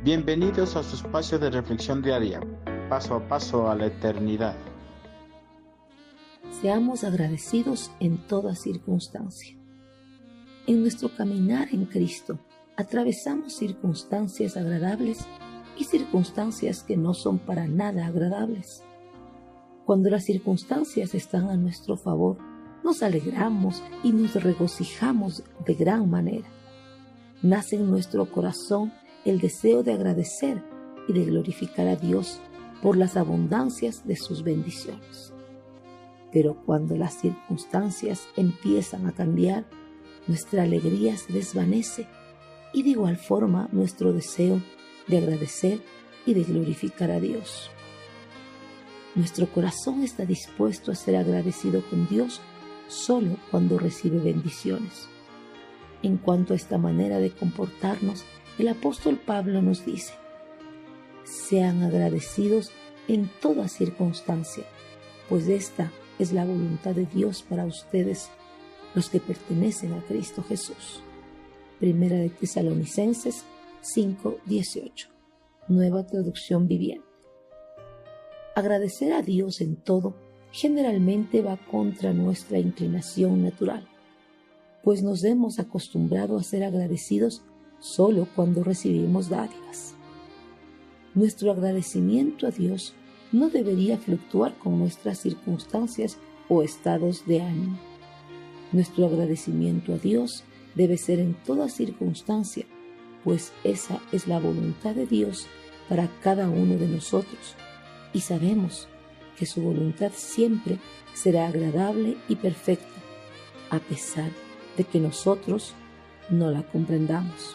Bienvenidos a su espacio de reflexión diaria, paso a paso a la eternidad. Seamos agradecidos en toda circunstancia. En nuestro caminar en Cristo, atravesamos circunstancias agradables y circunstancias que no son para nada agradables. Cuando las circunstancias están a nuestro favor, nos alegramos y nos regocijamos de gran manera. Nace en nuestro corazón el deseo de agradecer y de glorificar a Dios por las abundancias de sus bendiciones. Pero cuando las circunstancias empiezan a cambiar, nuestra alegría se desvanece y de igual forma nuestro deseo de agradecer y de glorificar a Dios. Nuestro corazón está dispuesto a ser agradecido con Dios solo cuando recibe bendiciones. En cuanto a esta manera de comportarnos, el apóstol Pablo nos dice: sean agradecidos en toda circunstancia, pues esta es la voluntad de Dios para ustedes, los que pertenecen a Cristo Jesús. Primera de Tesalonicenses 5:18, Nueva Traducción Viviente. Agradecer a Dios en todo generalmente va contra nuestra inclinación natural, pues nos hemos acostumbrado a ser agradecidos solo cuando recibimos dádivas. Nuestro agradecimiento a Dios no debería fluctuar con nuestras circunstancias o estados de ánimo. Nuestro agradecimiento a Dios debe ser en toda circunstancia, pues esa es la voluntad de Dios para cada uno de nosotros, y sabemos que su voluntad siempre será agradable y perfecta, a pesar de que nosotros no la comprendamos.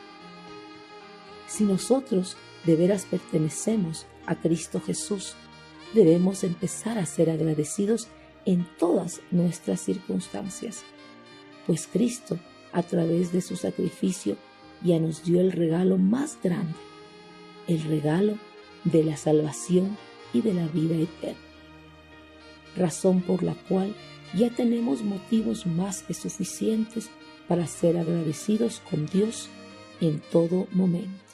Si nosotros de veras pertenecemos a Cristo Jesús, debemos empezar a ser agradecidos en todas nuestras circunstancias, pues Cristo, a través de su sacrificio, ya nos dio el regalo más grande, el regalo de la salvación y de la vida eterna, razón por la cual ya tenemos motivos más que suficientes para ser agradecidos con Dios en todo momento.